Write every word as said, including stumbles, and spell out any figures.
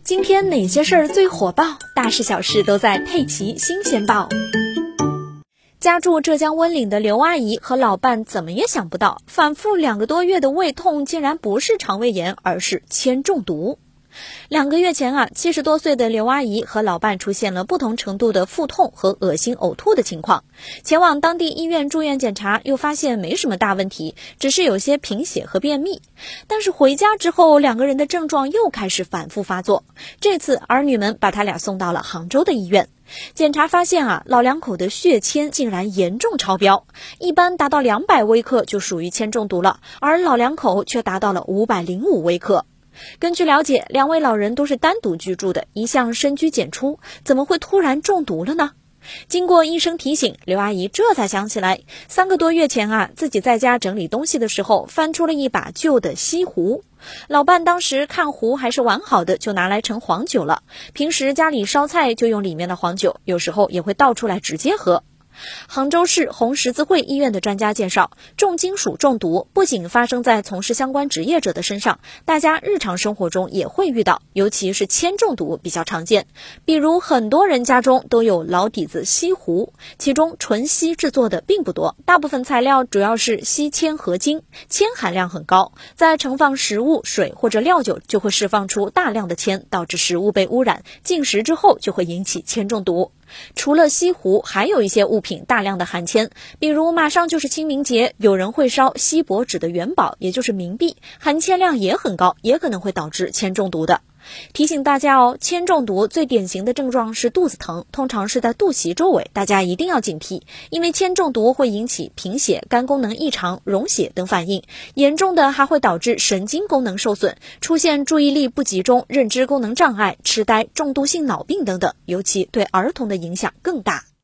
今天哪些事儿最火爆？大事小事都在佩奇新鲜报。家住浙江温岭的刘阿姨和老伴怎么也想不到，反复两个多月的胃痛竟然不是肠胃炎，而是铅中毒。两个月前啊，七十多岁的刘阿姨和老伴出现了不同程度的腹痛和恶心呕吐的情况，前往当地医院住院检查，又发现没什么大问题，只是有些贫血和便秘。但是回家之后，两个人的症状又开始反复发作。这次儿女们把他俩送到了杭州的医院，检查发现啊，老两口的血铅竟然严重超标，一般达到两百微克就属于铅中毒了，而老两口却达到了五百零五微克。根据了解，两位老人都是单独居住的，一向深居简出，怎么会突然中毒了呢？经过医生提醒，刘阿姨这才想起来，三个多月前啊，自己在家整理东西的时候，翻出了一把旧的锡壶。老伴当时看壶还是完好的，就拿来盛黄酒了。平时家里烧菜就用里面的黄酒，有时候也会倒出来直接喝。杭州市红十字会医院的专家介绍，重金属中毒不仅发生在从事相关职业者的身上，大家日常生活中也会遇到，尤其是铅中毒比较常见。比如很多人家中都有老底子锡壶，其中纯锡制作的并不多，大部分材料主要是锡铅合金，铅含量很高，在盛放食物、水或者料酒就会释放出大量的铅，导致食物被污染，进食之后就会引起铅中毒。除了锡壶，还有一些物品大量的含铅，比如马上就是清明节，有人会烧锡箔纸的元宝，也就是冥币，含铅量也很高，也可能会导致铅中毒的。提醒大家哦，铅中毒最典型的症状是肚子疼，通常是在肚脐周围，大家一定要警惕，因为铅中毒会引起贫血、肝功能异常、溶血等反应，严重的还会导致神经功能受损，出现注意力不集中、认知功能障碍、痴呆、重度性脑病等等，尤其对儿童的影响更大。